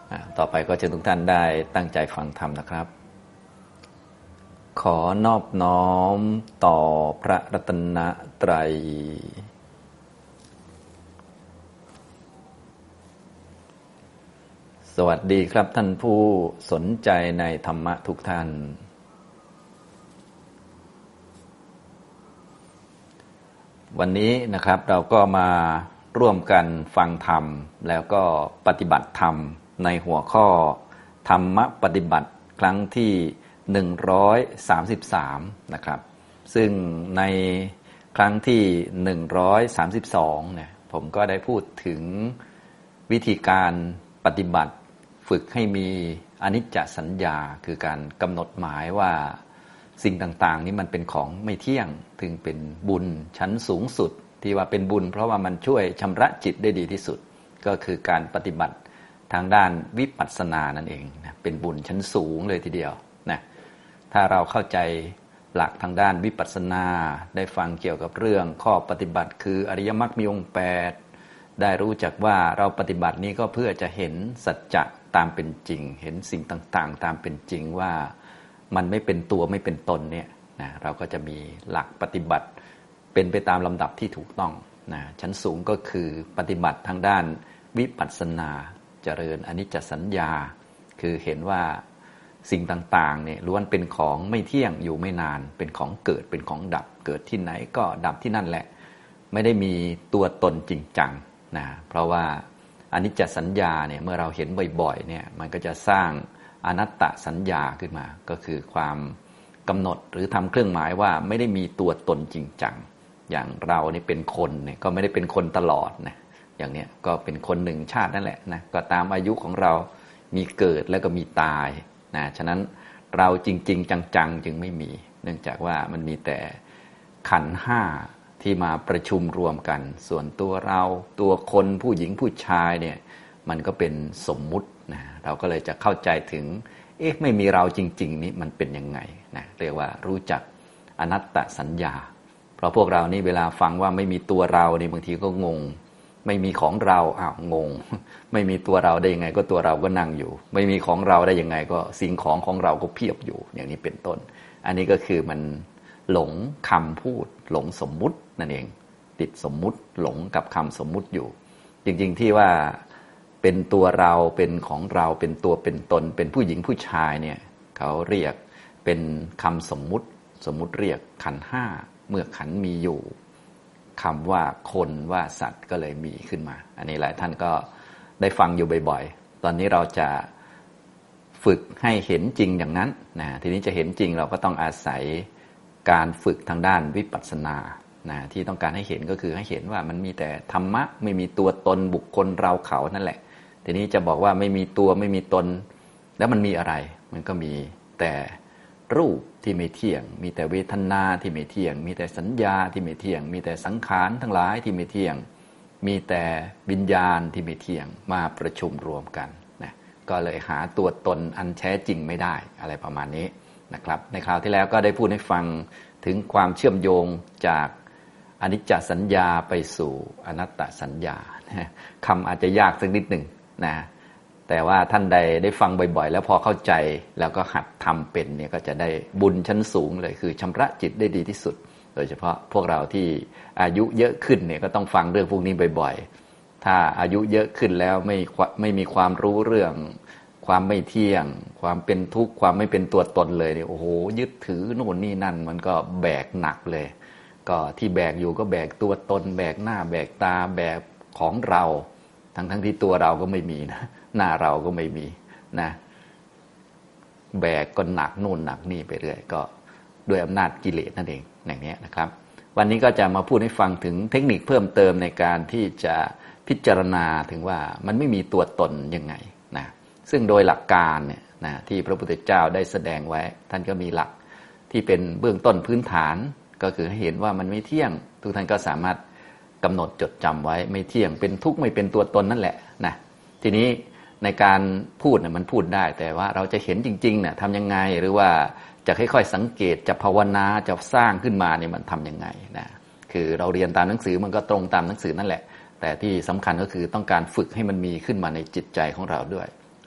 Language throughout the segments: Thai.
ต่อไปก็เชิญทุกท่านได้ตั้งใจฟังธรรมนะครับขอนอบน้อมต่อพระรัตนตรัยสวัสดีครับท่านผู้สนใจในธรรมะทุกท่านวันนี้นะครับเราก็มาร่วมกันฟังธรรมแล้วก็ปฏิบัติธรรมในหัวข้อธรรมะปฏิบัติครั้งที่133นะครับซึ่งในครั้งที่132เนี่ยผมก็ได้พูดถึงวิธีการปฏิบัติฝึกให้มีอนิจจสัญญาคือการกำหนดหมายว่าสิ่งต่างๆนี้มันเป็นของไม่เที่ยงถึงเป็นบุญชั้นสูงสุดที่ว่าเป็นบุญเพราะว่ามันช่วยชำระจิตได้ดีที่สุดก็คือการปฏิบัติทางด้านวิปัสสนานั่นเองนะเป็นบุญชั้นสูงเลยทีเดียวนะถ้าเราเข้าใจหลักทางด้านวิปัสสนาได้ฟังเกี่ยวกับเรื่องข้อปฏิบัติคืออริยมรรคมีองค์8ได้รู้จักว่าเราปฏิบัตินี้ก็เพื่อจะเห็นสัจจะตามเป็นจริงเห็นสิ่งต่างๆตามเป็นจริงว่ามันไม่เป็นตัวไม่เป็นตนเนี่ยนะเราก็จะมีหลักปฏิบัติเป็นไปตามลำดับที่ถูกต้องนะชั้นสูงก็คือปฏิบัติทางด้านวิปัสสนาเจริญอนิจจสัญญาคือเห็นว่าสิ่งต่างๆเนี่ยล้วนเป็นของไม่เที่ยงอยู่ไม่นานเป็นของเกิดเป็นของดับเกิดที่ไหนก็ดับที่นั่นแหละไม่ได้มีตัวตนจริงจังนะเพราะว่าอนิจจสัญญาเนี่ยเมื่อเราเห็นบ่อยๆเนี่ยมันก็จะสร้างอนัตตสัญญาขึ้นมาก็คือความกำหนดหรือทำเครื่องหมายว่าไม่ได้มีตัวตนจริงจังอย่างเรานี่เป็นคนเนี่ยก็ไม่ได้เป็นคนตลอดนะอย่างเนี้ยก็เป็นคนหนึ่งชาตินั่นแหละนะก็ตามอายุของเรามีเกิดแล้วก็มีตายนะฉะนั้นเราจริงๆจังๆจึงไม่มีเนื่องจากว่ามันมีแต่ขันธ์ห้าที่มาประชุมรวมกันส่วนตัวเราตัวคนผู้หญิงผู้ชายเนี่ยมันก็เป็นสมมุตินะเราก็เลยจะเข้าใจถึงไม่มีเราจริงๆนี่มันเป็นยังไงนะเรียกว่ารู้จักอนัตตสัญญาเพราะพวกเรานี่เวลาฟังว่าไม่มีตัวเรานี่บางทีก็งงไม่มีของเรางงไม่มีตัวเราได้ยังไงก็ตัวเราก็นั่งอยู่ไม่มีของเราได้ยังไงก็สิ่งของเราก็เพียบอยู่อย่างนี้เป็นต้นอันนี้ก็คือมันหลงคำพูดหลงสมมุตินั่นเองติดสมมุติหลงกับคำสมมุติอยู่จริงๆที่ว่าเป็นตัวเราเป็นของเราเป็นตัวเป็นตนเป็นผู้หญิงผู้ชายเนี่ยเขาเรียกเป็นคำสมมุติเรียกขันธ์ห้าเมื่อขันธ์มีอยู่คำว่าคนว่าสัตว์ก็เลยมีขึ้นมาอันนี้หลายท่านก็ได้ฟังอยู่บ่อยๆตอนนี้เราจะฝึกให้เห็นจริงอย่างนั้นนะทีนี้จะเห็นจริงเราก็ต้องอาศัยการฝึกทางด้านวิปัสสนานะที่ต้องการให้เห็นก็คือให้เห็นว่ามันมีแต่ธรรมะไม่มีตัวตนบุคคลเราเขานั่นแหละทีนี้จะบอกว่าไม่มีตัวไม่มีตนแล้วมันมีอะไรมันก็มีแต่รูปที่ไม่เที่ยงมีแต่เวทนาที่ไม่เที่ยงมีแต่สัญญาที่ไม่เที่ยงมีแต่สังขารทั้งหลายที่ไม่เที่ยงมีแต่วิญญาณที่ไม่เที่ยงมาประชุมรวมกันนะก็เลยหาตัวตนอันแท้จริงไม่ได้อะไรประมาณนี้นะครับในคราวที่แล้วก็ได้พูดให้ฟังถึงความเชื่อมโยงจากอนิจจสัญญาไปสู่อนัตตสัญญาคำอาจจะยากสักนิดหนึ่งนะแต่ว่าท่านใดได้ฟังบ่อยๆแล้วพอเข้าใจแล้วก็หัดทำเป็นเนี่ยก็จะได้บุญชั้นสูงเลยคือชำระจิตได้ดีที่สุดโดยเฉพาะพวกเราที่อายุเยอะขึ้นเนี่ยก็ต้องฟังเรื่องพวกนี้บ่อยๆถ้าอายุเยอะขึ้นแล้วไม่มีความรู้เรื่องความไม่เที่ยงความเป็นทุกข์ความไม่เป็นตัวตนเลยเนี่ยโอ้โหยึดถือโน่นนี่นั่นมันก็แบกหนักเลยก็ที่แบกอยู่ก็แบกตัวตนแบกหน้าแบกตาแบกของเราทั้งที่ตัวเราก็ไม่มีนะหน้าเราก็ไม่มีนะแบกก็หนักโน่นหนักนี่ไปเรื่อยก็ด้วยอำนาจกิเลสนั่นเองอย่างนี้นะครับวันนี้ก็จะมาพูดให้ฟังถึงเทคนิคเพิ่มเติมในการที่จะพิจารณาถึงว่ามันไม่มีตัวตนยังไงนะซึ่งโดยหลักการเนี่ยนะที่พระพุทธเจ้าได้แสดงไว้ท่านก็มีหลักที่เป็นเบื้องต้นพื้นฐานก็คือให้เห็นว่ามันไม่เที่ยงทุกท่านก็สามารถกำหนดจดจำไว้ไม่เที่ยงเป็นทุกข์ไม่เป็นตัวตนนั่นแหละนะทีนี้ในการพูดเนี่ยมันพูดได้แต่ว่าเราจะเห็นจริงๆเนี่ยทำยังไงหรือว่าจะค่อยๆสังเกตจะภาวนาจะสร้างขึ้นมาเนี่ยมันทำยังไงนะคือเราเรียนตามหนังสือมันก็ตรงตามหนังสือนั่นแหละแต่ที่สำคัญก็คือต้องการฝึกให้มันมีขึ้นมาในจิตใจของเราด้วย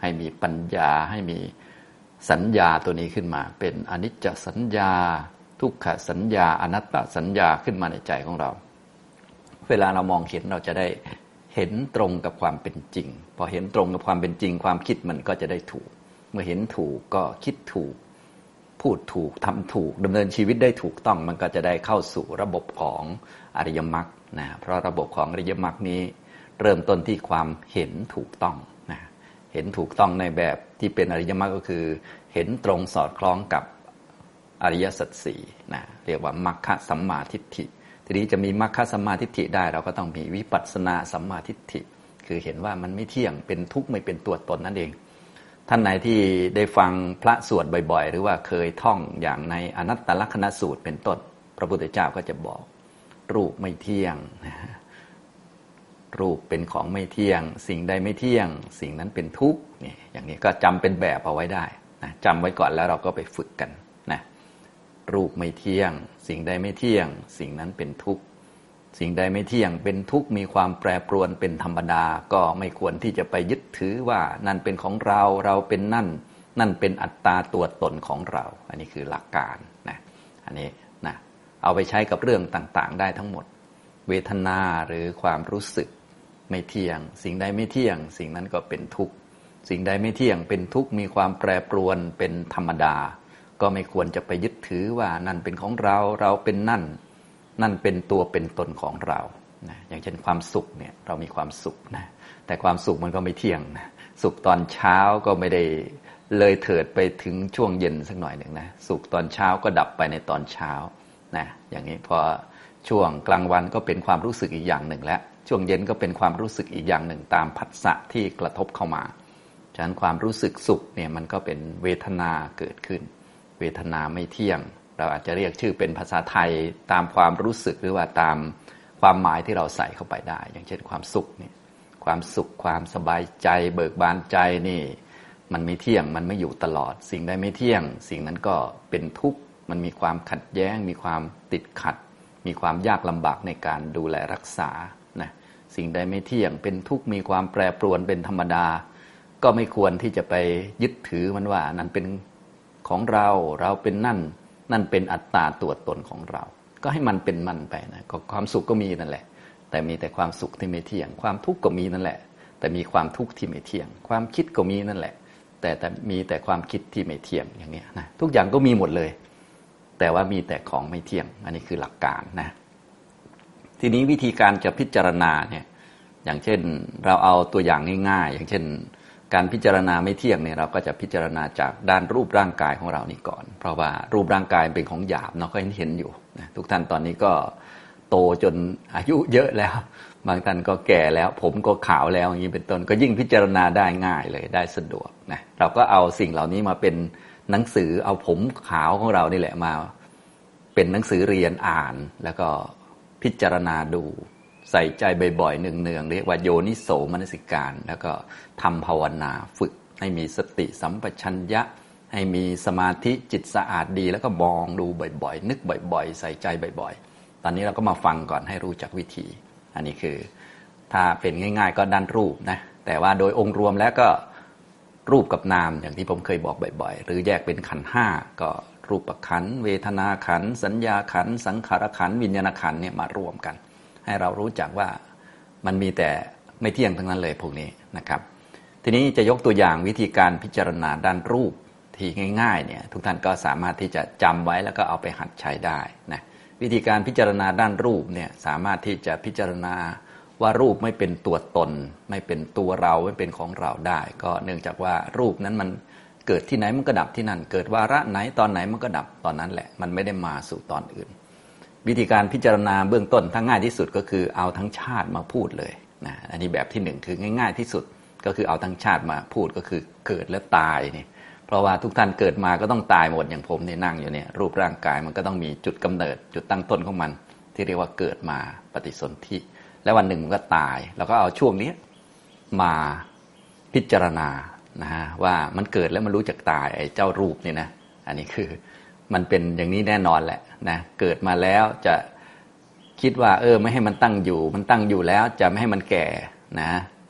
ให้มีปัญญาให้มีสัญญาตัวนี้ขึ้นมาเป็นอนิจจสัญญาทุกขสัญญาอนัตตสัญญาขึ้นมาในใจของเราเวลาเรามองเห็นเราจะได้เห็นตรงกับความเป็นจริงพอเห็นตรงกับความเป็นจริงความคิดมันก็จะได้ถูกเมื่อเห็นถูกก็คิดถูกพูดถูกทำถูกดำเนินชีวิตได้ถูกต้องมันก็จะได้เข้าสู่ระบบของอริยมรรคนะเพราะระบบของอริยมรรคนี้เริ่มต้นที่ความเห็นถูกต้องนะเห็นถูกต้องในแบบที่เป็นอริยมรรคก็คือเห็นตรงสอดคล้องกับอริยสัจสี่นะเรียกว่ามัคคะสัมมาทิฏฐิทีนี้จะมีมัคคะสัมมาทิฏฐิได้เราก็ต้องมีวิปัสสนาสัมมาทิฏฐิคือเห็นว่ามันไม่เที่ยงเป็นทุกข์ไม่เป็นตัวตนนั่นเองท่านไหนที่ได้ฟังพระสวดบ่อยๆหรือว่าเคยท่องอย่างในอนัตตลักษณสูตรเป็นต้นพระพุทธเจ้าก็จะบอกรูปไม่เที่ยงรูปเป็นของไม่เที่ยงสิ่งใดไม่เที่ยงสิ่งนั้นเป็นทุกข์นี่อย่างนี้ก็จำเป็นแบบเอาไว้ได้นะจำไว้ก่อนแล้วเราก็ไปฝึกกันนะรูปไม่เที่ยงสิ่งใดไม่เที่ยงสิ่งนั้นเป็นทุกข์สิ่งใดไม่เที่ยงเป็นทุกข์มีความแปรปรวนเป็นธรรมดาก็ไม่ควรที่จะไปยึดถือว่านั่นเป็นของเราเราเป็นนั่นเป็นอัตตาตัวตนของเราอันนี้คือหลักการนะอันนี้นะเอาไปใช้กับเรื่องต่างๆได้ทั้งหมดเวทนาหรือความรู้สึกไม่เที่ยงสิ่งใดไม่เที่ยงสิ่งนั้นก็เป็นทุกข์สิ่งใดไม่เที่ยงเป็นทุกข์มีความแปรปรวนเป็นธรรมดาก็ไม่ควรจะไปยึดถือว่านั่นเป็นของเราเราเป็นนั่นเป็นตัวเป็นตนของเรานะอย่างเช่นความสุขเนี่ยเรามีความสุขนะแต่ความสุขมันก็ไม่เที่ยงนะสุขตอนเช้าก็ไม่ได้เลยเถิดไปถึงช่วงเย็นสักหน่อยหนึ่งนะสุขตอนเช้าก็ดับไปในตอนเช้านะอย่างนี้พอช่วงกลางวันก็เป็นความรู้สึกอีกอย่างหนึ่งแล้วช่วงเย็นก็เป็นความรู้สึกอีกอย่างหนึ่งตามผัสสะที่กระทบเข้ามาฉะนั้นความรู้สึกสุขเนี่ยมันก็เป็นเวทนาเกิดขึ้นเวทนาไม่เที่ยงเราอาจจะเรียกชื่อเป็นภาษาไทยตามความรู้สึกหรือว่าตามความหมายที่เราใส่เข้าไปได้อย่างเช่นความสุขเนี่ยความสุขความสบายใจเบิกบานใจนี่มันไม่เที่ยงมันไม่อยู่ตลอดสิ่งใดไม่เที่ยงสิ่งนั้นก็เป็นทุกข์มันมีความขัดแย้งมีความติดขัดมีความยากลำบากในการดูแลรักษานะสิ่งใดไม่เที่ยงเป็นทุกข์มีความแปรปรวนเป็นธรรมดาก็ไม่ควรที่จะไปยึดถือมันว่านั่นเป็นของเราเป็นนั่นเป็นอัตตาตัวตนของเราก็ให้มันเป็นมันไปนะก็ความสุขก็มีนั่นแหละแต่มีแต่ความสุขที่ไม่เที่ยงความทุกข์ก็มีนั่นแหละแต่มีความทุกข์ที่ไม่เที่ยงความคิดก็มีนั่นแหละแต่มีแต่ความคิดที่ไม่เที่ยงอย่างนี้นะทุกอย่างก็มีหมดเลยแต่ว่ามีแต่ของไม่เที่ยงอันนี้คือหลักการนะทีนี้วิธีการจะพิจารณาเนี่ยอย่างเช่นเราเอาตัวอย่างง่ายๆอย่างเช่นการพิจารณาไม่เที่ยงเนี่ยเราก็จะพิจารณาจากด้านรูปร่างกายของเรานี่ก่อนเพราะว่ารูปร่างกายเป็นของหยาบเนาะก็เห็นอยู่นะทุกท่านตอนนี้ก็โตจนอายุเยอะแล้วบางท่านก็แก่แล้วผมก็ขาวแล้วอย่างนี้เป็นต้นก็ยิ่งพิจารณาได้ง่ายเลยได้สะดวกนะเราก็เอาสิ่งเหล่านี้มาเป็นหนังสือเอาผมขาวของเรานี่แหละมาเป็นหนังสือเรียนอ่านแล้วก็พิจารณาดูใส่ใจบ่อยๆเนืองๆเรียกว่าโยนิโสมนสิการแล้วก็ทำภาวนาฝึกให้มีสติสัมปชัญญะให้มีสมาธิจิตสะอาดดีแล้วก็มองดูบ่อยๆนึกบ่อยๆใส่ใจบ่อยๆตอนนี้เราก็มาฟังก่อนให้รู้จักวิธีอันนี้คือถ้าเป็นง่ายๆก็ด้านรูปนะแต่ว่าโดยองค์รวมแล้วก็รูปกับนามอย่างที่ผมเคยบอกบ่อยๆหรือแยกเป็นขันธ์ห้าก็รูปขันธ์เวทนาขันธ์สัญญาขันธ์สังขารขันธ์วิญญาณขันธ์เนี่ยมารวมกันให้เรารู้จักว่ามันมีแต่ไม่เที่ยงทั้งนั้นเลยพวกนี้นะครับทีนี้จะยกตัวอย่างวิธีการพิจารณาด้านรูปที่ง่ายๆเนี่ยทุกท่านก็สามารถที่จะจำไว้แล้วก็เอาไปหัดใช้ได้นะวิธีการพิจารณาด้านรูปเนี่ยสามารถที่จะพิจารณาว่ารูปไม่เป็นตัวตนไม่เป็นตัวเราไม่เป็นของเราได้ก็เนื่องจากว่ารูปนั้นมันเกิดที่ไหนมันก็ดับที่นั่นเกิดวาระไหนตอนไหนมันก็ดับตอนนั้นแหละมันไม่ได้มาสู่ตอนอื่นวิธีการพิจารณาเบื้องต้นถ้าง่ายที่สุดก็คือเอาทั้งชาติมาพูดเลยนะอันนี้แบบที่หนึ่งคือง่ายๆที่สุดก็คือเอาทั้งชาติมาพูดก็คือเกิดและตายนี่เพราะว่าทุกท่านเกิดมาก็ต้องตายหมดอย่างผมเนี่ยนั่งอยู่เนี่ยรูปร่างกายมันก็ต้องมีจุดกำเนิดจุดตั้งต้นของมันที่เรียกว่าเกิดมาปฏิสนธิและวันหนึ่งมันก็ตายแล้วก็เอาช่วงนี้มาพิจารณานะฮะว่ามันเกิดแล้วมันรู้จักตายไอ้เจ้ารูปนี่นะอันนี้คือมันเป็นอย่างนี้แน่นอนแหละนะเกิดมาแล้วจะคิดว่าไม่ให้มันตั้งอยู่มันตั้งอยู่แล้วจะไม่ให้มันแก่นะ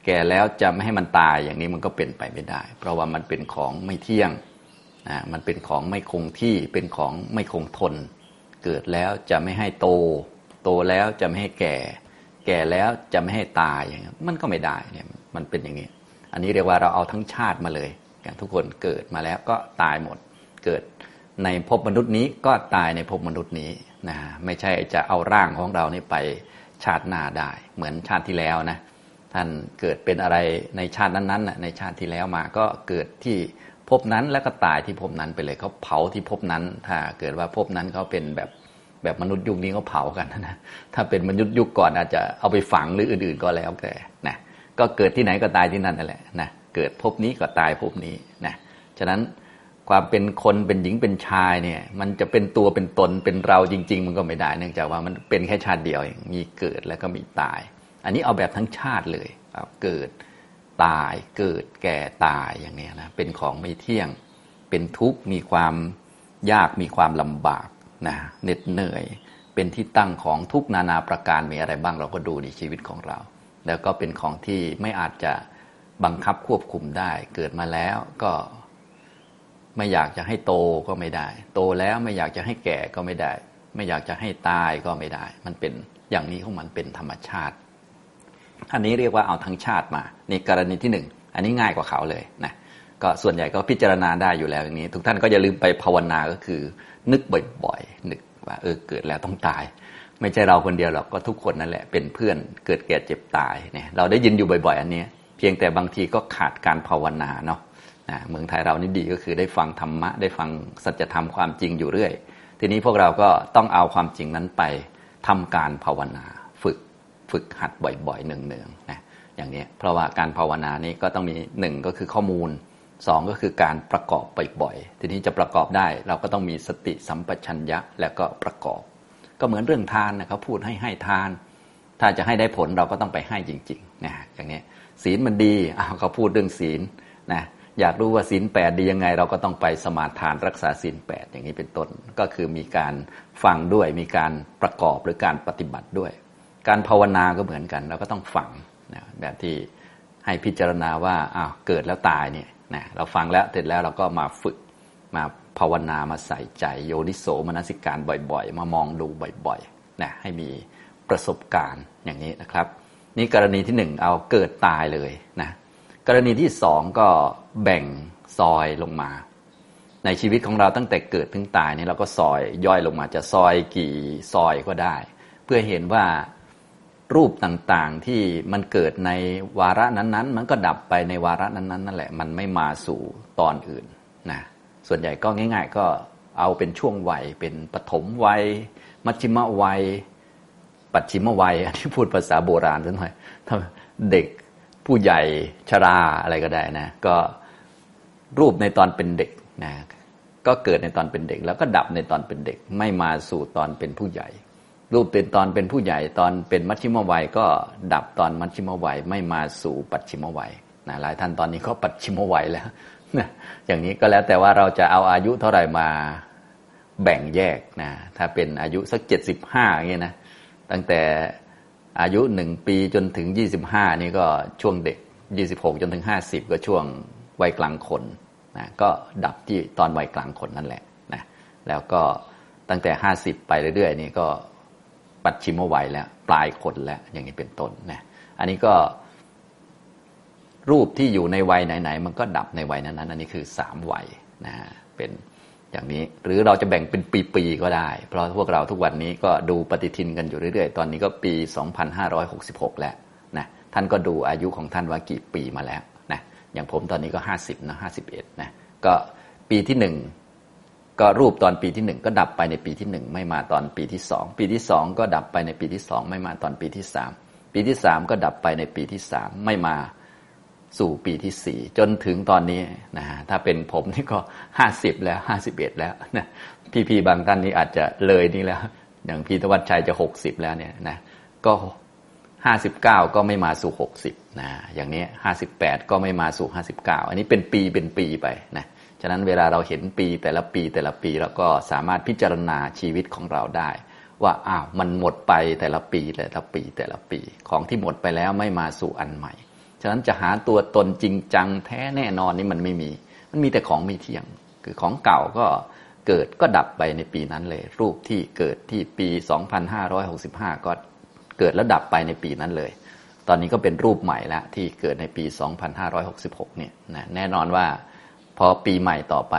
แก่แล้วจะไม่ให้มันตายอย่างนี้มันก็เป็นไปไม่ได้เพราะว่ามันเป็นของไม่เที่ยงมันเป็นของไม่คงที่เป็นของไม่คงทนเกิดแล้วจะไม่ให้โตโตแล้วจะไม่ให้แก่แก่แล้วจะไม่ให้ตายอย่างนี้มันก็ไม่ได้เนี่ยมันเป็นอย่างนี้อันนี้เรียกว่าเราเอาทั้งชาติมาเลยทุกคนเกิดมาแล้วก็ตายหมดเกิดในภพมนุษย์นี้ก็ตายในภพมนุษย์นี้นะไม่ใช่จะเอาร่างของเรานี่ไปชาติหน้าได้เหมือนชาติที่แล้วนะท่านเกิดเป็นอะไรในชาตินั้นๆในชาติที่แล้วมาก็เกิดที่ภพนั้นแล้วก็ตายที่ภพนั้นไปเลยเขาเผาที่ภพนั้นถ้าเกิดว่าภพนั้นเขาเป็นแบบมนุษย์ยุคนี้เขาเผากันนะถ้าเป็นมนุษย์ยุคก่อนอาจจะเอาไปฝังหรืออื่นๆก็แล้วแต่นะก็เกิดที่ไหนก็ตายที่นั่นนั่นแหละนะเกิดภพนี้ก็ตายภพนี้นะฉะนั้นความเป็นคนเป็นหญิงเป็นชายเนี่ยมันจะเป็นตัวเป็นตนเป็นเราจริงๆมันก็ไม่ได้เนื่องจากว่ามันเป็นแค่ชาติเดียวเองมีเกิดแล้วก็มีตายอันนี้เอาแบบทั้งชาติเลยเกิดตายเกิดแก่ตายอย่างนี้นะเป็นของไม่เที่ยงเป็นทุกข์มีความยากมีความลำบากนะเหน็ดเหนื่อยเป็นที่ตั้งของทุกนานาประการมีอะไรบ้างเราก็ดูในชีวิตของเราแล้วก็เป็นของที่ไม่อาจจะบังคับควบคุมได้เกิดมาแล้วก็ไม่อยากจะให้โตก็ไม่ได้โตแล้วไม่อยากจะให้แก่ก็ไม่ได้ไม่อยากจะให้ตายก็ไม่ได้มันเป็นอย่างนี้ของมันเป็นธรรมชาติอันนี้เรียกว่าเอาทั้งชาติมาในกรณีที่หนึ่งอันนี้ง่ายกว่าเขาเลยนะก็ส่วนใหญ่ก็พิจารณาได้อยู่แล้วอย่างนี้ทุกท่านก็อย่าลืมไปภาวนาก็คือนึกบ่อยๆนึกว่าเกิดแล้วต้องตายไม่ใช่เราคนเดียวหรอกก็ทุกคนนั่นแหละเป็นเพื่อนเกิดแก่เจ็บตายเนี่ยเราได้ยินอยู่บ่อยๆอันนี้เพียงแต่บางทีก็ขาดการภาวนาเนาะเมืองไทยเรานี่ดีก็คือได้ฟังธรรมะได้ฟังสัจธรรมความจริงอยู่เรื่อยทีนี้พวกเราก็ต้องเอาความจริงนั้นไปทำการภาวนาฝึกหัดบ่อยๆเนืองๆนะอย่างนี้เพราะว่าการภาวนานี้ก็ต้องมีหนึ่งก็คือข้อมูลสองก็คือการประกอบบ่อยๆทีนี้จะประกอบได้เราก็ต้องมีสติสัมปชัญญะแล้วก็ประกอบก็เหมือนเรื่องทานนะเขาพูดให้ทานถ้าจะให้ได้ผลเราก็ต้องไปให้จริงๆนะอย่างนี้ศีลมันดีเขาพูดเรื่องศีลนะอยากรู้ว่าศีล8ดียังไงเราก็ต้องไปสมาทานรักษาศีล8อย่างนี้เป็นต้นก็คือมีการฟังด้วยมีการประกอบหรือการปฏิบัติด้วยการภาวนาก็เหมือนกันเราก็ต้องฟังนะแบบที่ให้พิจารณาว่าเกิดแล้วตายเนี่ยนะเราฟังแล้วเสร็จแล้วเราก็มาฝึกมาภาวนามาใส่ใจโยนิโสมนสิการบ่อยๆมามองดูบ่อยๆนะให้มีประสบการณ์อย่างนี้นะครับนี่กรณีที่1เอาเกิดตายเลยนะกรณีที่2ก็แบ่งซอยลงมาในชีวิตของเราตั้งแต่เกิดถึงตายนี่เราก็ซอยย่อยลงมาจะซอยกี่ซอยก็ได้เพื่อเห็นว่ารูปต่างๆที่มันเกิดในวาระนั้นๆมันก็ดับไปในวาระนั้นๆนั่นแหละมันไม่มาสู่ตอนอื่นนะส่วนใหญ่ก็ง่ายๆก็เอาเป็นช่วงวัยเป็นปฐมวัยมัชฌิมวัยปัจฉิมวัยอันนี้พูดภาษาโบราณซะหน่อยเด็กผู้ใหญ่ชราอะไรก็ได้นะก็รูปในตอนเป็นเด็กนะก็เกิดในตอนเป็นเด็กแล้วก็ดับในตอนเป็นเด็กไม่มาสู่ตอนเป็นผู้ใหญ่รูปเป็นตอนเป็นผู้ใหญ่ตอนเป็นมัชฌิมวัยก็ดับตอนมัชฌิมวัยไม่มาสู่ปัจฉิมวัยนะหลายท่านตอนนี้ก็ปัจฉิมวัยแล้วนะอย่างนี้ก็แล้วแต่ว่าเราจะเอาอายุเท่าไหร่มาแบ่งแยกนะถ้าเป็นอายุสัก75อย่างเงี้ยนะตั้งแต่อายุ1ปีจนถึง25นี่ก็ช่วงเด็ก26จนถึง50ก็ช่วงวัยกลางคนนะก็ดับที่ตอนวัยกลางคนนั่นแหละนะแล้วก็ตั้งแต่50ไปเรื่อยๆนี่ก็ปัจฉิมวัยแล้วปลายคนแล้วอย่างนี้เป็นต้นนะอันนี้ก็รูปที่อยู่ในวัยไหนๆมันก็ดับในวัยนั้นๆอันนี้คือ3วัยนะเป็นอย่างนี้หรือเราจะแบ่งเป็นปีๆก็ได้เพราะพวกเราทุกวันนี้ก็ดูปฏิทินกันอยู่เรื่อยๆตอนนี้ก็ปี2566แล้วนะท่านก็ดูอายุของท่านว่ากี่ปีมาแล้วนะอย่างผมตอนนี้ก็50นะ51นะก็ปีที่1ก็รูปตอนปีที่1ก็ดับไปในปีที่1ไม่มาตอนปีที่2ปีที่2ก็ดับไปในปีที่2ไม่มาตอนปีที่3ปีที่3ก็ดับไปในปีที่3ไม่มาสู่ปีที่4จนถึงตอนนี้นะถ้าเป็นผมนี่ก็50แล้ว51แล้วนะพี่ๆบางท่านนี่อาจจะเลยนี่แล้วอย่างพี่ธวัชชัยจะ60แล้วเนี่ยนะก็59ก็ไม่มาสู่60นะอย่างนี้58ก็ไม่มาสู่59อันนี้เป็นปีไปนะฉะนั้นเวลาเราเห็นปีแต่ละปีเราก็สามารถพิจารณาชีวิตของเราได้ว่ามันหมดไปแต่ละปีของที่หมดไปแล้วไม่มาสู่อันใหม่ฉฉะนั้นจะหาตัวตนจริงจังแท้แน่นอนนี่มันไม่มีมันมีแต่ของไม่เที่ยงคือของเก่าก็เกิดก็ดับไปในปีนั้นเลยรูปที่เกิดที่ปี2565ก็เกิดแล้วดับไปในปีนั้นเลยตอนนี้ก็เป็นรูปใหม่แล้วที่เกิดในปี2566เนี่ยนะแน่นอนว่าพอปีใหม่ต่อไป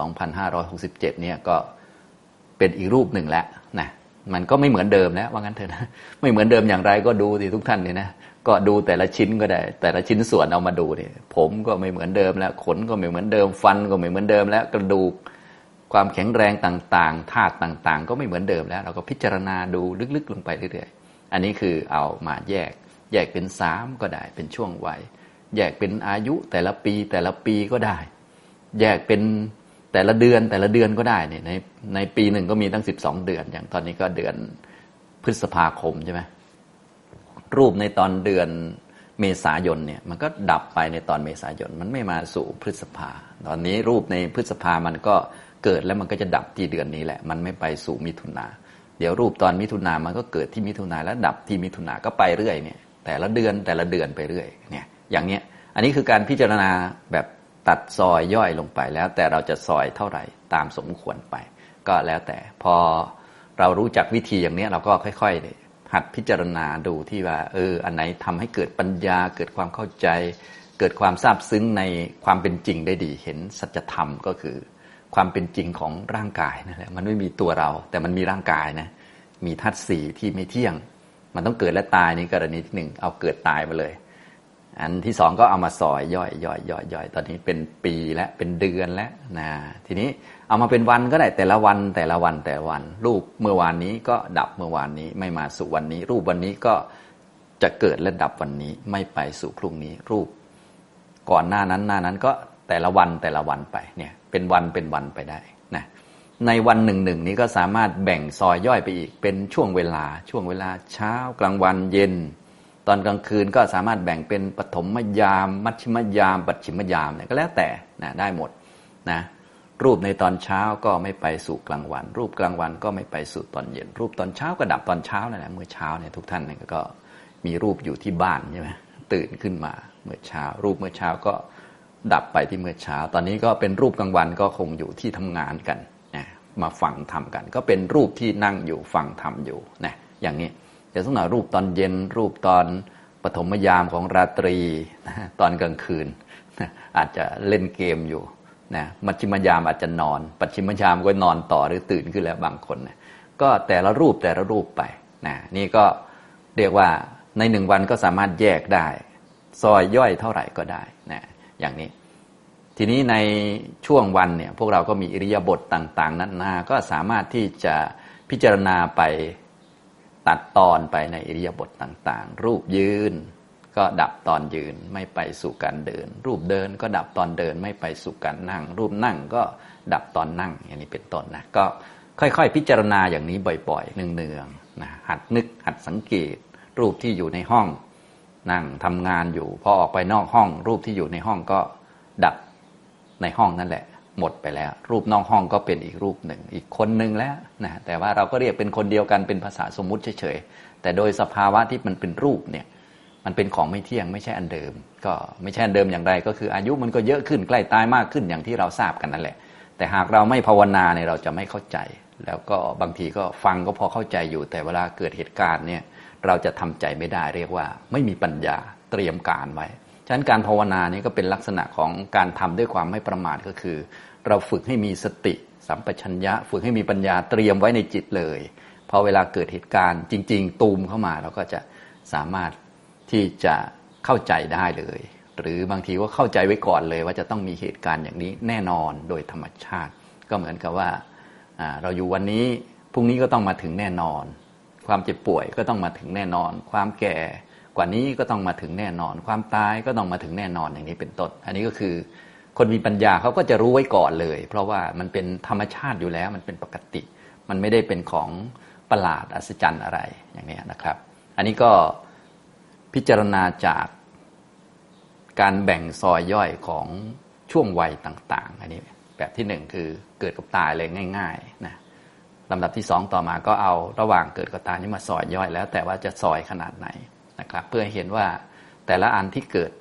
2567เนี่ยก็เป็นอีกรูปหนึ่งแล้วนะมันก็ไม่เหมือนเดิมแล้วว่างั้นเถอะนะไม่เหมือนเดิมอย่างไรก็ดูสิทุกท่านเนี่ยนะก็ดูแต่ละชิ้นก็ได้แต่ละชิ้นส่วนเอามาดูเนี่ยผมก็ไม่เหมือนเดิมแล้วขนก็ไม่เหมือนเดิมฟันก็ไม่เหมือนเดิมแล้วกระดูกความแข็งแรงต่างๆธาตุต่างๆก็ไม่เหมือนเดิมแล้วเราก็พิจารณาดูลึกๆลงไปเรื่อยๆอันนี้คือเอามาแยกเป็น3ก็ได้เป็นช่วงวัยแยกเป็นอายุแต่ละปีก็ได้แยกเป็นแต่ละเดือนก็ได้เนี่ยในปีหนึ่งก็มีตั้ง12เดือนอย่างตอนนี้ก็เดือนพฤษภาคมใช่ไหมรูปในตอนเดือนเมษายนเนี่ยมันก็ดับไปในตอนเมษายนมันไม่มาสู่พฤษภาตอนนี้รูปในพฤษภามันก็เกิดแล้วมันก็จะดับที่เดือนนี้แหละมันไม่ไปสู่มิถุนาเดี๋ยวรูปตอนมิถุนามันก็เกิดที่มิถุนาแล้วดับที่มิถุนาก็ไปเรื่อยเนี่ยแต่ละเดือนไปเรื่อยเนี่ยอย่างเนี้ยอันนี้คือการพิจารณาแบบตัดซอยย่อยลงไปแล้วแต่เราจะซอยเท่าไหร่ตามสมควรไปก็แล้วแต่พอเรารู้จักวิธีอย่างนี้เราก็ค่อยๆหัดพิจารณาดูที่ว่าอันไหนทำให้เกิดปัญญาเกิดความเข้าใจเกิดความซาบซึ้งในความเป็นจริงได้ดีเห็นสัจธรรมก็คือความเป็นจริงของร่างกายนั่นแหละมันไม่มีตัวเราแต่มันมีร่างกายนะมีธาตุสี่ที่ไม่เที่ยงมันต้องเกิดและตายนี่กรณีที่หนึ่งเอาเกิดตายมาเลยอันที่สองก็เอามาซอยย่อยตอนนี้เป็นปีและเป็นเดือนแล้วนะทีนี้เอามาเป็นวันก็ได้แต่ละวันรูปเมื่อวานนี้ก็ดับเมื่อวานนี้ไม่มาสู่วันนี้รูปวันนี้ก็จะเกิดและดับวันนี้ไม่ไปสู่พรุ่งนี้รูปก่อนหน้านั้นก็แต่ละวันไปเนี่ยเป็นวันไปได้นะในวันหนึ่งนี้ก็สามารถแบ่งซอยย่อยไปอีกเป็นช่วงเวลาเช้ากลางวันเย็นตอนกลางคืนก็สามารถแบ่งเป็นปฐมยามมัชฌิมยามปัจฉิมยามเนี่ยก็แล้วแต่นะได้หมดนะรูปในตอนเช้าก็ไม่ไปสู่กลางวันรูปกลางวันก็ไม่ไปสู่ตอนเย็นรูปตอนเช้าก็ดับตอนเช้านั่นแหละเมื่อเช้าเนี่ยทุกท่านเนี่ยก็มีรูปอยู่ที่บ้านใช่ไหมตื่นขึ้นมาเมื่อเช้ารูปเมื่อเช้าก็ดับไปที่เมื่อเช้าตอนนี้ก็เป็นรูปกลางวันก็คงอยู่ที่ทำงานกันนะมาฟังธรรมกันก็เป็นรูปที่นั่งอยู่ฟังธรรมอยู่นะอย่างนี้แต่สักหน่อยรูปตอนเย็นรูปตอนปฐมยามของราตรีตอนกลางคืนอาจจะเล่นเกมอยู่นะมัชฌิมยามอาจจะนอนปัจฉิมยามก็นอนต่อหรือตื่นขึ้นแล้วบางคนนะก็แต่ละรูปไปนะนี่ก็เรียกว่าในหนึ่งวันก็สามารถแยกได้ซอยย่อยเท่าไหร่ก็ได้นะอย่างนี้ทีนี้ในช่วงวันเนี่ยพวกเราก็มีอิริยาบถต่างๆนั้นนาก็สามารถที่จะพิจารณาไปตัดตอนไปในอิริยาบถต่างๆรูปยืนก็ดับตอนยืนไม่ไปสู่การเดินรูปเดินก็ดับตอนเดินไม่ไปสู่การนั่งรูปนั่งก็ดับตอนนั่งอย่างนี้เป็นต้นนะก็ค่อยๆพิจารณาอย่างนี้บ่อยๆเนืองๆนะหัดนึกหัดสังเกตรูปที่อยู่ในห้องนั่งทำงานอยู่พอออกไปนอกห้องรูปที่อยู่ในห้องก็ดับในห้องนั่นแหละหมดไปแล้วรูปนอกห้องก็เป็นอีกรูปหนึ่งอีกคนหนึ่งแล้วนะแต่ว่าเราก็เรียกเป็นคนเดียวกันเป็นภาษาสมมุติเฉยๆแต่โดยสภาวะที่มันเป็นรูปเนี่ยมันเป็นของไม่เที่ยงไม่ใช่อันเดิมก็ไม่ใช่อันเดิมอย่างไรก็คืออายุมันก็เยอะขึ้นใกล้ตายมากขึ้นอย่างที่เราทราบกันนั่นแหละแต่หากเราไม่ภาวนาเนี่ยเราจะไม่เข้าใจแล้วก็บางทีก็ฟังก็พอเข้าใจอยู่แต่เวลาเกิดเหตุการณ์เนี่ยเราจะทำใจไม่ได้เรียกว่าไม่มีปัญญาเตรียมการไว้ฉะนั้นการภาวนานี้ก็เป็นลักษณะของการทำด้วยความไม่ประมาทก็คือเราฝึกให้มีสติสัมปชัญญะฝึกให้มีปัญญาเตรียมไว้ในจิตเลยพอเวลาเกิดเหตุการณ์จริงๆตูมเข้ามาเราก็จะสามารถที่จะเข้าใจได้เลยหรือบางทีก็เข้าใจไว้ก่อนเลยว่าจะต้องมีเหตุการณ์อย่างนี้แน่นอนโดยธรรมชาติก็เหมือนกับว่าเราอยู่วันนี้พรุ่งนี้ก็ต้องมาถึงแน่นอนความเจ็บป่วยก็ต้องมาถึงแน่นอนความแก่กว่านี้ก็ต้องมาถึงแน่นอนความตายก็ต้องมาถึงแน่นอนอย่างนี้เป็นต้นอันนี้ก็คือคนมีปัญญาเขาก็จะรู้ไว้ก่อนเลยเพราะว่ามันเป็นธรรมชาติอยู่แล้วมันเป็นปกติมันไม่ได้เป็นของประหลาดอัศจรรย์อะไรอย่างนี้นะครับอันนี้ก็พิจารณาจากการแบ่งซอยย่อยของช่วงวัยต่างๆอันนี้แบบที่หนึ่งคือเกิดกับตายเลยง่ายๆนะลำดับที่สองต่อมาก็เอาระหว่างเกิดกับตายนี้มาซอยย่อยแล้วแต่ว่าจะซอยขนาดไหนนะครับเพื่อให้เห็นว่าแต่ละอันที่เกิด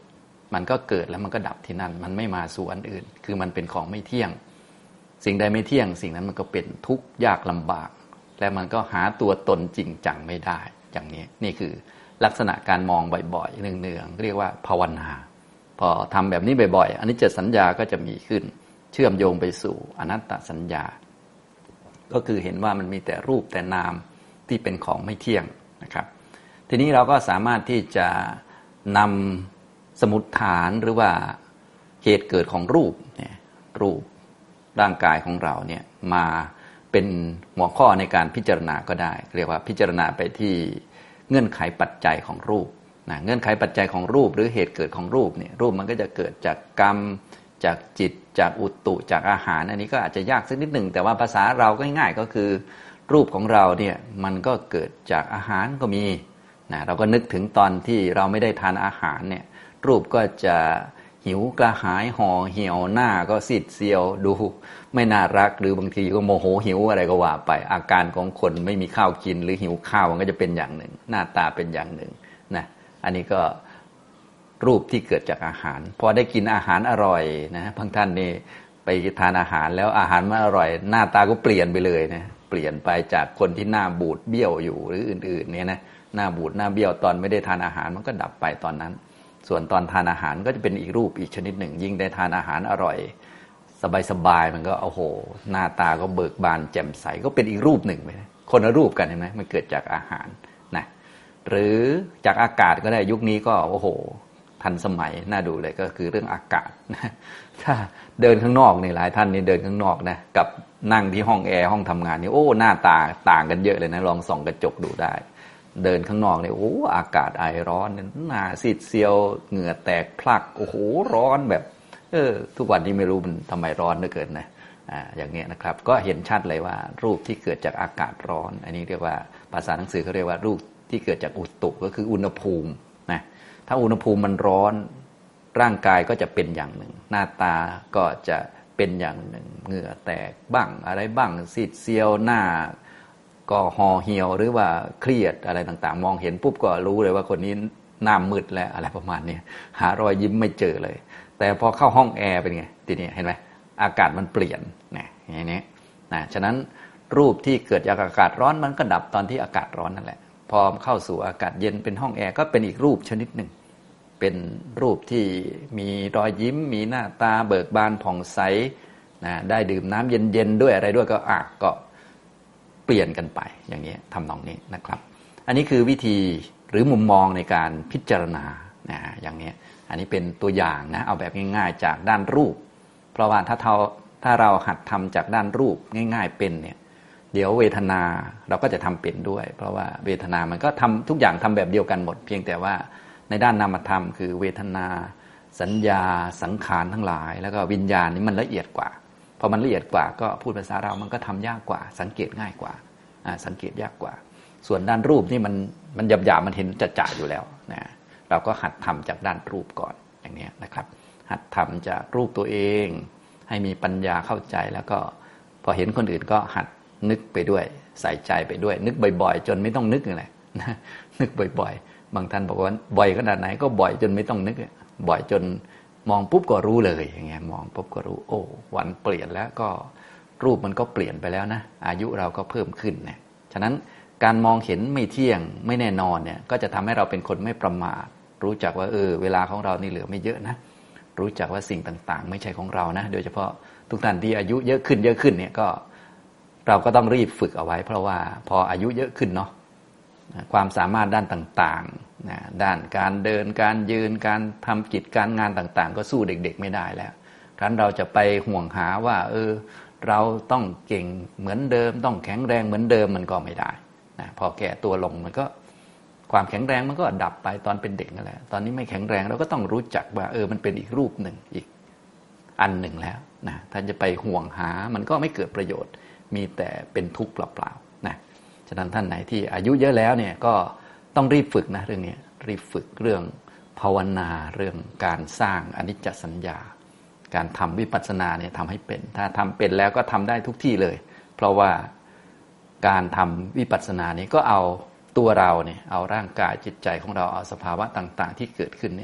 มันก็เกิดแล้วมันก็ดับที่นั่นมันไม่มาสู่อันอื่นคือมันเป็นของไม่เที่ยงสิ่งใดไม่เที่ยงสิ่งนั้นมันก็เป็นทุกข์ยากลำบากและมันก็หาตัวตนจริงจังไม่ได้อย่างนี้นี่คือลักษณะการมองบ่อยๆเนืองๆเรียกว่าภาวนาพอทำแบบนี้บ่อยๆอันนี้จะสัญญาก็จะมีขึ้นเชื่อมโยงไปสู่อนัตตสัญญาก็คือเห็นว่ามันมีแต่รูปแต่นามที่เป็นของไม่เที่ยงนะครับทีนี้เราก็สามารถที่จะนำสมุฏฐานหรือว่าเหตุเกิดของรูปเนี่ยรูปร่างกายของเราเนี่ยมาเป็นหัวข้อในการพิจารณาก็ได้เรียกว่าพิจารณาไปที่เงื่อนไขปัจจัยของรูปนะเงื่อนไขปัจจัยของรูปหรือเหตุเกิดของรูปเนี่ยรูปมันก็จะเกิดจากกรรมจากจิตจากอุตุจากอาหารอันนี้ก็อาจจะยากสักนิดหนึ่งแต่ว่าภาษาเราก็ง่ายๆก็คือรูปของเราเนี่ยมันก็เกิดจากอาหารก็มีนะเราก็นึกถึงตอนที่เราไม่ได้ทานอาหารเนี่ยรูปก็จะหิวกระหายห่อเหี่ยวหน้าก็ซีดเซียวดูไม่น่ารักหรือบางทีก็โมโหหิวอะไรก็ว่าไปอาการของคนไม่มีข้าวกินหรือหิวข้าวมันก็จะเป็นอย่างหนึ่งหน้าตาเป็นอย่างหนึ่งนะอันนี้ก็รูปที่เกิดจากอาหารพอได้กินอาหารอร่อยนะบางท่านนี่ไปทานอาหารแล้วอาหารมันอร่อยหน้าตาก็เปลี่ยนไปเลยนะเปลี่ยนไปจากคนที่หน้าบูดเบี้ยวอยู่หรืออื่นๆเนี่ยนะหน้าบูดหน้าเบี้ยวตอนไม่ได้ทานอาหารมันก็ดับไปตอนนั้นส่วนตอนทานอาหารก็จะเป็นอีกรูปอีกชนิดหนึ่งยิ่งได้ทานอาหารอร่อยสบายๆมันก็โอ้โหหน้าตาก็เบิกบานแจ่มใสก็เป็นอีกรูปหนึ่งไปคนละรูปกันเห็นไหมมันเกิดจากอาหารนะหรือจากอากาศก็ได้ยุคนี้ก็โอ้โหทันสมัยน่าดูเลยก็คือเรื่องอากาศนะถ้าเดินข้างนอกนี่หลายท่านนี่เดินข้างนอกนะกับนั่งที่ห้องแอร์ห้องทำงานนี่โอ้หน้าตาต่างกันเยอะเลยนะลองส่องกระจกดูได้เดินข้างนอกเนี่ยโอ้อากาศไอร้อนหน้าซีดเซียวเหงื่อแตกพลักโอ้โหร้อนแบบทุกวันนี้ไม่รู้มันทำไมร้อนเหลือเกินนะอย่างเงี้ยนะครับก็เห็นชัดเลยว่ารูปที่เกิดจากอากาศร้อนอันนี้เรียกว่าภาษาหนังสือเขาเรียกว่ารูปที่เกิดจากอุตุก็คืออุณหภูมินะถ้าอุณหภูมิมันร้อนร่างกายก็จะเป็นอย่างหนึ่งหน้าตาก็จะเป็นอย่างหนึ่งเหงื่อแตกบ้างอะไรบ้างซีดเซียวหน้าก็ห่อเหี่ยวหรือว่าเครียดอะไรต่างๆมองเห็นปุ๊บก็รู้เลยว่าคนนี้หน้ามืดแล้วอะไรประมาณนี้หารอยยิ้มไม่เจอเลยแต่พอเข้าห้องแอร์เป็นไงทีนี้เห็นไหมอากาศมันเปลี่ยนนะอย่างนี้นะฉะนั้นรูปที่เกิดจากอากาศร้อนมันก็ดับตอนที่อากาศร้อนนั่นแหละพอเข้าสู่อากาศเย็นเป็นห้องแอร์ก็เป็นอีกรูปชนิดหนึ่งเป็นรูปที่มีรอยยิ้มมีหน้าตาเบิกบานผ่องใสนะได้ดื่มน้ำเย็นๆด้วยอะไรด้วยก็เปลี่ยนกันไปอย่างนี้ทำนองนี้นะครับอันนี้คือวิธีหรือมุมมองในการพิจารณานะอย่างนี้อันนี้เป็นตัวอย่างนะเอาแบบง่ายๆจากด้านรูปเพราะว่าถ้าเราหัดทำจากด้านรูปง่ายๆเป็นเนี่ยเดี๋ยวเวทนาเราก็จะทำเป็นด้วยเพราะว่าเวทนามันก็ทำทุกอย่างทำแบบเดียวกันหมดเพียงแต่ว่าในด้านนามธรรมคือเวทนาสัญญาสังขารทั้งหลายแล้วก็วิญญาณนี่มันละเอียดกว่าพอมันละเอียดกว่าก็พูดภาษาเรามันก็ทำยากกว่าสังเกตง่ายกว่าสังเกตยากกว่าส่วนด้านรูปนี่มันหยาบๆมันเห็นจะอยู่แล้วนะเราก็หัดทำจากด้านรูปก่อนอย่างนี้นะครับหัดทำจากรูปตัวเองให้มีปัญญาเข้าใจแล้วก็พอเห็นคนอื่นก็หัดนึกไปด้วยใส่ใจไปด้วยนึกบ่อยๆจนไม่ต้องนึกอะไรนะนึกบ่อยๆบางท่านบอกว่าบ่อยขนาดไหนก็บ่อยจนไม่ต้องนึกบ่อยจนมองปุ๊บก็รู้เลยอย่างเงี้ยมองปุ๊บก็รู้โอ้วันเปลี่ยนแล้วก็รูปมันก็เปลี่ยนไปแล้วนะอายุเราก็เพิ่มขึ้นเนี่ยฉะนั้นการมองเห็นไม่เที่ยงไม่แน่นอนเนี่ยก็จะทำให้เราเป็นคนไม่ประมาทรู้จักว่าเวลาของเรานี่เหลือไม่เยอะนะรู้จักว่าสิ่งต่างๆไม่ใช่ของเรานะโดยเฉพาะทุกท่านที่อายุเยอะขึ้นเนี่ยก็เราก็ต้องรีบฝึกเอาไว้เพราะว่าพออายุเยอะขึ้นเนาะความสามารถด้านต่างๆนะด้านการเดินการยืนการทำกิจการงานต่างๆก็สู้เด็กๆไม่ได้แล้วครั้นเราจะไปห่วงหาว่าเราต้องเก่งเหมือนเดิมต้องแข็งแรงเหมือนเดิมมันก็ไม่ได้นะพอแก่ตัวลงมันก็ความแข็งแรงมันก็ดับไปตอนเป็นเด็กนั่นแหละตอนนี้ไม่แข็งแรงเราก็ต้องรู้จักว่ามันเป็นอีกรูปหนึ่งอีกอันหนึ่งแล้วนะถ้าจะไปห่วงหามันก็ไม่เกิดประโยชน์มีแต่เป็นทุกข์เปล่าๆนะฉะนั้นท่านไหนที่อายุเยอะแล้วเนี่ยก็ต้องรีบฝึกนะเรื่องนี้รีบฝึกเรื่องภาวนาเรื่องการสร้างอนิจจสัญญาการทำวิปัสสนาเนี่ยทำให้เป็นถ้าทำเป็นแล้วก็ทำได้ทุกที่เลยเพราะว่าการทำวิปัสสนานี้ก็เอาตัวเราเนี่ยเอาร่างกายจิตใจของเราเอาสภาวะต่างๆที่เกิดขึ้นเนี่ย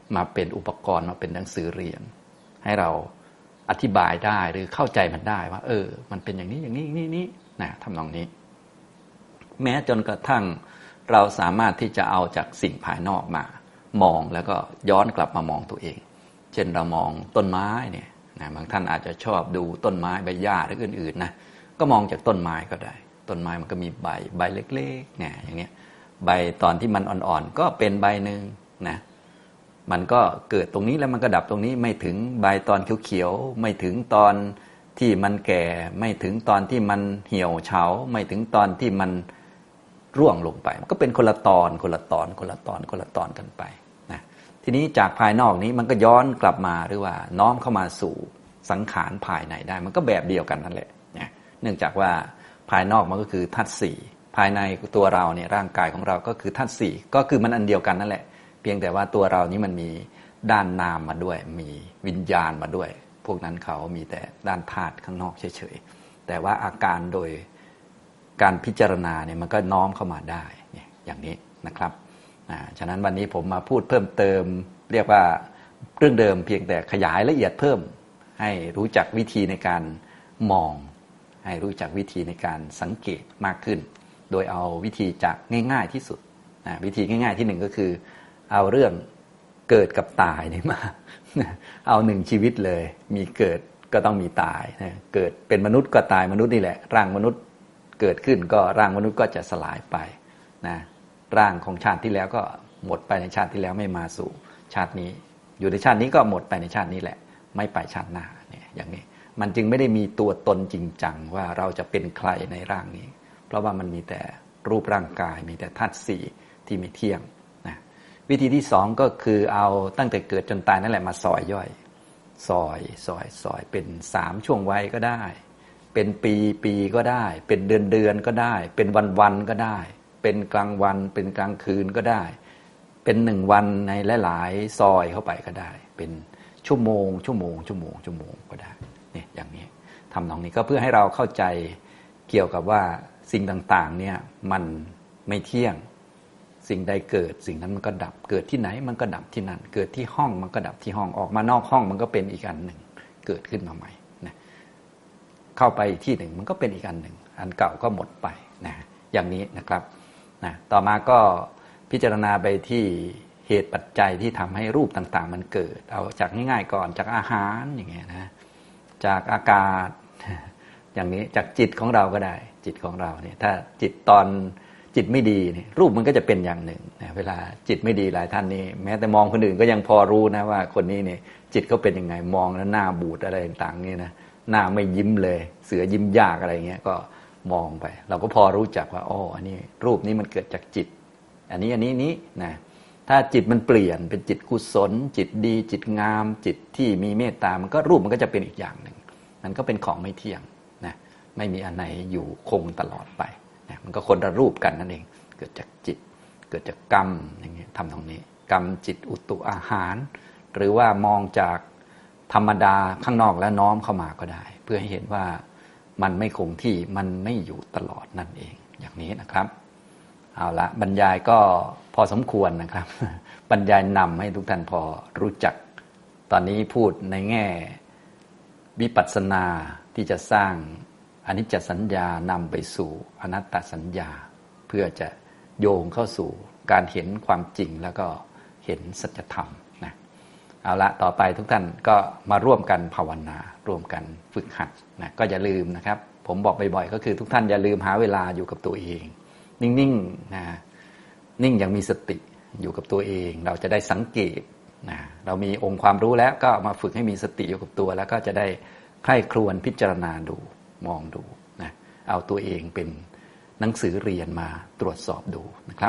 มาเป็นอุปกรณ์มาเป็นหนังสือเรียนให้เราอธิบายได้หรือเข้าใจมันได้ว่ามันเป็นอย่างนี้อย่างนี้อย่างนี้นะทำนองนี้แม้จนกระทั่งเราสามารถที่จะเอาจากสิ่งภายนอกมามองแล้วก็ย้อนกลับมามองตัวเองเช่นเรามองต้นไม้เนี่ยนะบางท่านอาจจะชอบดูต้นไม้ใบหญ้าหรืออื่นๆนะก็มองจากต้นไม้ก็ได้ต้นไม้มันก็มีใบเล็กๆเนี่ยอย่างเงี้ยใบตอนที่มันอ่อนๆก็เป็นใบหนึ่งนะมันก็เกิดตรงนี้แล้วมันก็ดับตรงนี้ไม่ถึงใบตอนเขียวๆไม่ถึงตอนที่มันแก่ไม่ถึงตอนที่มันเหี่ยวเฉาไม่ถึงตอนที่มันร่วงลงไปมันก็เป็นคนละตอนกันไปนะทีนี้จากภายนอกนี้มันก็ย้อนกลับมาหรือว่าน้อมเข้ามาสู่สังขารภายในได้มันก็แบบเดียวกันนั่นแหละนะเนื่องจากว่าภายนอกมันก็คือธาตุสี่ภายในตัวเราเนี่ยร่างกายของเราก็คือธาตุสี่ก็คือมันอันเดียวกันนั่นแหละเพียงแต่ว่าตัวเรานี้มันมีด้านนามมาด้วยมีวิญญาณมาด้วยพวกนั้นเขามีแต่ด้านธาตุข้างนอกเฉยๆแต่ว่าอาการโดยการพิจารณาเนี่ยมันก็น้อมเข้ามาได้เนี่ยอย่างนี้นะครับฉะนั้นวันนี้ผมมาพูดเพิ่มเติมเรียกว่าเรื่องเดิมเพียงแต่ขยายละเอียดเพิ่มให้รู้จักวิธีในการมองให้รู้จักวิธีในการสังเกตมากขึ้นโดยเอาวิธีจากง่ายๆที่สุดวิธีง่ายๆที่หนึ่งก็คือเอาเรื่องเกิดกับตายนี่มาเอาหนึ่งชีวิตเลยมีเกิดก็ต้องมีตายเกิดเป็นมนุษย์ก็ตายมนุษย์นี่แหละร่างมนุษย์เกิดขึ้นก็ร่างมนุษย์ก็จะสลายไปนะร่างของชาติที่แล้วก็หมดไปในชาติที่แล้วไม่มาสู่ชาตินี้อยู่ในชาตินี้ก็หมดไปในชาตินี้แหละไม่ไปชาติหน้าเนี่ยอย่างนี้มันจึงไม่ได้มีตัวตนจริงจังว่าเราจะเป็นใครในร่างนี้เพราะว่ามันมีแต่รูปร่างกายมีแต่ธาตุสี่ที่ไม่เที่ยงนะวิธีที่สองก็คือเอาตั้งแต่เกิดจนตายนั่นแหละมาซอยย่อยซอยเป็น3ช่วงวัยก็ได้เป็นปีก็ได้เป็นเดือนก็ได้เป็นวันก็ได้เป็นกลางวันเป็นกลางคืนก็ได้เป็น1วันในหลายๆซอยเข้าไปก็ได้เป็นชั่วโมงก็ได้เนี่ยอย่างนี้ทำตรงนี้ก็เพื่อให้เราเข้าใจเกี่ยวกับว่าสิ่งต่างๆเนี่ยมันไม่เที่ยงสิ่งใดเกิดสิ่งนั้นมันก็ดับเกิดที่ไหนมันก็ดับที่นั่นเกิดที่ห้องมันก็ดับที่ห้องออกมานอกห้องมันก็เป็นอีกอันหนึ่งเกิดขึ้นมาใหม่นะเข้าไปที่หนึ่งมันก็เป็นอีกอันหนึ่งอันเก่าก็หมดไปนะอย่างนี้นะครับนะต่อมาก็พิจารณาไปที่เหตุปัจจัยที่ทำให้รูปต่างๆมันเกิดเอาจากง่ายๆก่อนจากอาหารอย่างเงี้ยนะจากอากาศอย่างนี้จากจิตของเราก็ได้จิตของเราเนี่ยถ้าจิตตอนจิตไม่ดีเนี่ยรูปมันก็จะเป็นอย่างหนึ่งนะเวลาจิตไม่ดีหลายท่านนี่แม้แต่มองคนอื่นก็ยังพอรู้นะว่าคนนี้เนี่ยจิตเขาเป็นยังไงมองแล้วหน้าบูดอะไรต่างๆนี่นะหน้าไม่ยิ้มเลยเสือยิ้มยากอะไรเงี้ยก็มองไปเราก็พอรู้จักว่าอ๋ออันนี้รูปนี้มันเกิดจากจิตอันนี้นะถ้าจิตมันเปลี่ยนเป็นจิตกุศลจิตดีจิตงามจิตที่มีเมตตามันก็รูปมันก็จะเป็นอีกอย่างหนึ่งมันก็เป็นของไม่เที่ยงนะไม่มีอันไหนอยู่คงตลอดไปนะมันก็คนละรูปกันนั่นเองเกิดจากจิตเกิดจากกรรมอย่างเงี้ยทำตรงนี้กรรมจิตอุตุอาหารหรือว่ามองจากธรรมดาข้างนอกแล้วน้อมเข้ามาก็ได้เพื่อให้เห็นว่ามันไม่คงที่มันไม่อยู่ตลอดนั่นเองอย่างนี้นะครับเอาละบรรยายก็พอสมควรนะครับ บรรยายนำให้ทุกท่านพอรู้จักตอนนี้พูดในแง่วิปัสสนาที่จะสร้างอนิจจสัญญานำไปสู่อนัตตสัญญาเพื่อจะโยงเข้าสู่การเห็นความจริงแล้วก็เห็นสัจธรรมนะเอาละต่อไปทุกท่านก็มาร่วมกันภาวนาร่วมกันฝึกหัดนะก็อย่าลืมนะครับผมบอกบ่อยๆก็คือทุกท่านอย่าลืมหาเวลาอยู่กับตัวเองนิ่งๆนะนิ่งอย่างมีสติอยู่กับตัวเองเราจะได้สังเกตนะเรามีองค์ความรู้แล้วก็มาฝึกให้มีสติอยู่กับตัวแล้วก็จะได้ใคร่ครวญพิจารณาดูมองดูนะเอาตัวเองเป็นหนังสือเรียนมาตรวจสอบดูนะครับ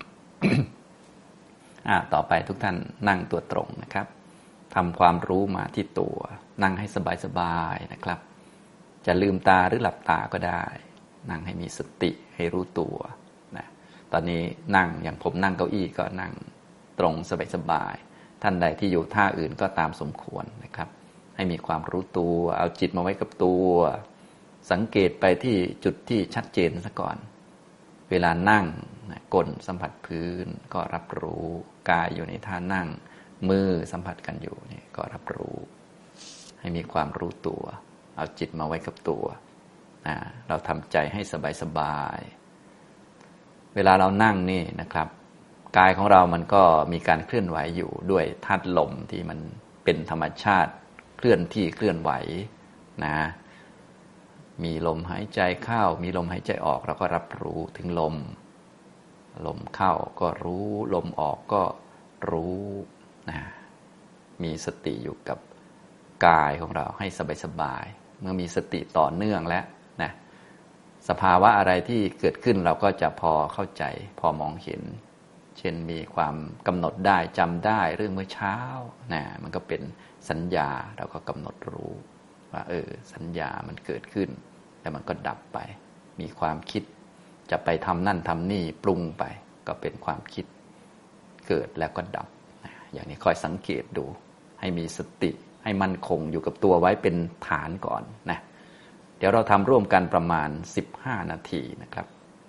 ต่อไปทุกท่านนั่งตัวตรงนะครับทำความรู้มาที่ตัวนั่งให้สบายๆนะครับจะลืมตาหรือหลับตาก็ได้นั่งให้มีสติให้รู้ตัวนะตอนนี้นั่งอย่างผมนั่งเก้าอี้ก็นั่งตรงสบายๆท่านใดที่อยู่ท่าอื่นก็ตามสมควรนะครับให้มีความรู้ตัวเอาจิตมาไว้กับตัวสังเกตไปที่จุดที่ชัดเจนซะก่อนเวลานั่งก้นสัมผัสพื้นก็รับรู้กายอยู่ในท่านั่งมือสัมผัสกันอยู่นี่ก็รับรู้ให้มีความรู้ตัวเอาจิตมาไว้กับตัวเราทำใจให้สบายๆเวลาเรานั่งนี่นะครับกายของเรามันก็มีการเคลื่อนไหวอยู่ด้วยธาตุลมที่มันเป็นธรรมชาติเคลื่อนที่เคลื่อนไหวนะมีลมหายใจเข้ามีลมหายใจออกเราก็รับรู้ถึงลมเข้าก็รู้ลมออกก็รู้นะมีสติอยู่กับกายของเราให้สบายๆเมื่อมีสติต่อเนื่องแล้วนะสภาวะอะไรที่เกิดขึ้นเราก็จะพอเข้าใจพอมองเห็นเช่นมีความกำหนดได้จำได้เรื่องเมื่อเช้านะมันก็เป็นสัญญาเราก็กำหนดรู้ว่าสัญญามันเกิดขึ้นแล้วมันก็ดับไปมีความคิดจะไปทำนั่นทำนี่ปรุงไปก็เป็นความคิดเกิดแล้วก็ดับอย่างนี้คอยสังเกตดูให้มีสติให้มั่นคงอยู่กับตัวไว้เป็นฐานก่อนนะเดี๋ยวเราทำร่วมกันประมาณ15นาทีนะครับ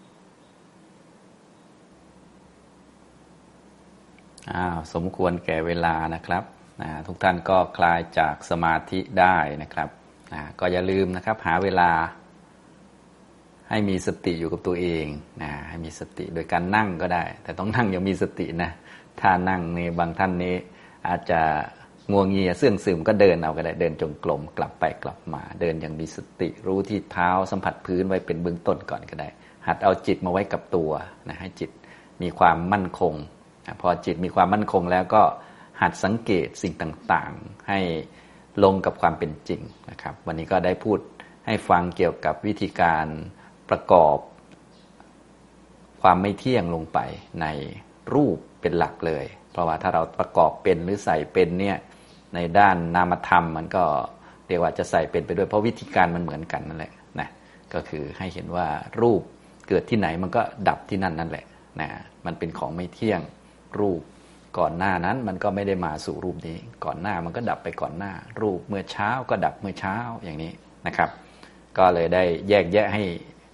สมควรแก่เวลานะครับทุกท่านก็คลายจากสมาธิได้นะครับก็อย่าลืมนะครับหาเวลาให้มีสติอยู่กับตัวเองให้มีสติโดยการนั่งก็ได้แต่ต้องนั่งอย่างมีสตินะถ้านั่งนี่บางท่านนี้อาจจะงัวเงียเสื่องซึมก็เดินเอาก็ได้เดินจงกรมกลับไปกลับมาเดินอย่างมีสติรู้ที่เท้าสัมผัสพื้นไว้เป็นเบื้องต้นก่อนก็ได้หัดเอาจิตมาไว้กับตัวนะให้จิตมีความมั่นคงพอจิตมีความมั่นคงแล้วก็หัดสังเกตสิ่งต่างๆให้ลงกับความเป็นจริงนะครับวันนี้ก็ได้พูดให้ฟังเกี่ยวกับวิธีการประกอบความไม่เที่ยงลงไปในรูปเป็นหลักเลยเพราะว่าถ้าเราประกอบเป็นหรือใส่เป็นเนี่ยในด้านนามธรรมมันก็เรียกว่าจะใส่เป็นไปด้วยเพราะวิธีการมันเหมือนกันนั่นแหละนะก็คือให้เห็นว่ารูปเกิดที่ไหนมันก็ดับที่นั่นนั่นแหละนะมันเป็นของไม่เที่ยงรูปก่อนหน้านั้นมันก็ไม่ได้มาสู่รูปนี้ก่อนหน้ามันก็ดับไปก่อนหน้ารูปเมื่อเช้าก็ดับเมื่อเช้าอย่างนี้นะครับก็เลยได้แยกแยะให้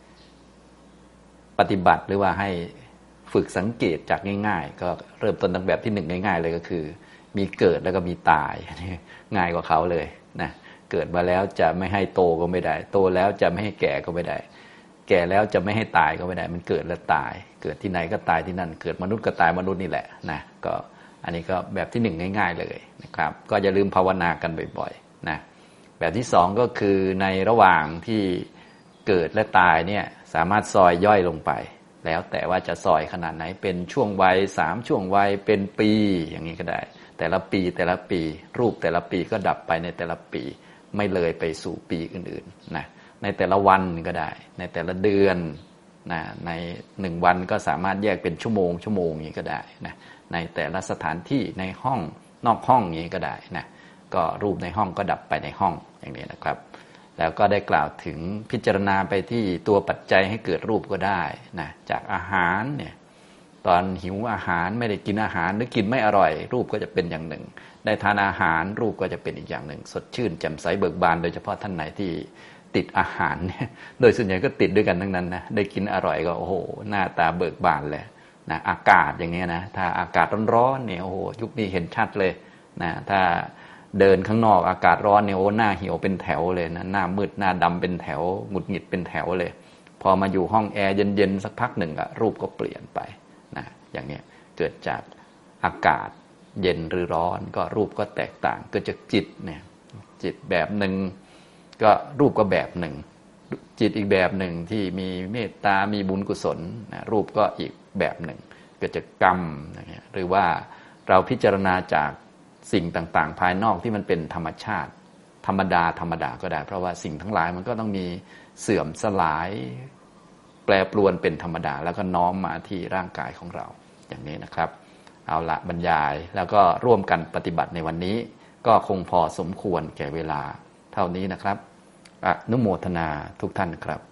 ปฏิบัติหรือว่าให้ฝึกสังเกตจากง่ายๆก็เริ่มต้นตั้งแบบที่1ง่ายๆเลยก็คือมีเกิดแล้วก็มีตายง่ายกว่าเขาเลยนะเกิดมาแล้วจะไม่ให้โตก็ไม่ได้โตแล้วจะไม่ให้แก่ก็ไม่ได้แก่แล้วจะไม่ให้ตายก็ไม่ได้มันเกิดแล้วตายเกิดที่ไหนก็ตายที่นั่นเกิดมนุษย์ก็ตายมนุษย์นี่แหละนะก็อันนี้ก็แบบที่1ง่ายๆเลยนะครับก็อย่าลืมภาวนากันบ่อยๆนะแบบที่2ก็คือในระหว่างที่เกิดและตายเนี่ยสามารถซอยย่อยลงไปแล้วแต่ว่าจะซอยขนาดไหนเป็นช่วงวัย3ช่วงวัยเป็นปีอย่างนี้ก็ได้แต่ละปีรูปแต่ละปีก็ดับไปในแต่ละปีไม่เลยไปสู่ปีอื่นๆนะในแต่ละวันก็ได้ในแต่ละเดือนนะใน1วันก็สามารถแยกเป็นชั่วโมงอย่างนี้ก็ได้นะในแต่ละสถานที่ในห้องนอกห้องอย่างนี้ก็ได้นะก็รูปในห้องก็ดับไปในห้องอย่างนี้นะครับแล้วก็ได้กล่าวถึงพิจารณาไปที่ตัวปัจจัยให้เกิดรูปก็ได้นะจากอาหารเนี่ยตอนหิวอาหารไม่ได้กินอาหารหรือกินไม่อร่อยรูปก็จะเป็นอย่างหนึ่งได้ทานอาหารรูปก็จะเป็นอีกอย่างหนึ่งสดชื่นแจ่มใสเบิกบานโดยเฉพาะท่านไหนที่ติดอาหารเนี่ยโดยส่วนใหญ่ก็ติดด้วยกันทั้งนั้นนะได้กินอร่อยก็โอ้โหหน้าตาเบิกบานเลยนะอากาศอย่างเงี้ยนะถ้าอากาศร้อนๆเนี่ยโอ้โหยุคนี้เห็นชัดเลยนะถ้าเดินข้างนอกอากาศร้อนเนี่ยโอ้หน้าเหี่ยวเป็นแถวเลยนะหน้ามืดหน้าดำเป็นแถวหงุดหงิดเป็นแถวเลยพอมาอยู่ห้องแอร์เย็นๆสักพักหนึ่งรูปก็เปลี่ยนไปนะอย่างเนี้ยเกิดจากอากาศเย็นหรือร้อนก็รูปก็แตกต่างเกิดจากจิตเนี่ยจิตแบบหนึ่งก็รูปก็แบบหนึ่งจิตอีกแบบหนึ่งที่มีเมตตามีบุญกุศลนะรูปก็อีกแบบหนึ่งเกิดจากกรรมนะหรือว่าเราพิจารณาจากสิ่งต่างๆภายนอกที่มันเป็นธรรมชาติธรรมดาก็ได้เพราะว่าสิ่งทั้งหลายมันก็ต้องมีเสื่อมสลายแปรปรวนเป็นธรรมดาแล้วก็น้อมมาที่ร่างกายของเราอย่างนี้นะครับเอาละบรรยายแล้วก็ร่วมกันปฏิบัติในวันนี้ก็คงพอสมควรแก่เวลาเท่านี้นะครับอนุโมทนาทุกท่านครับ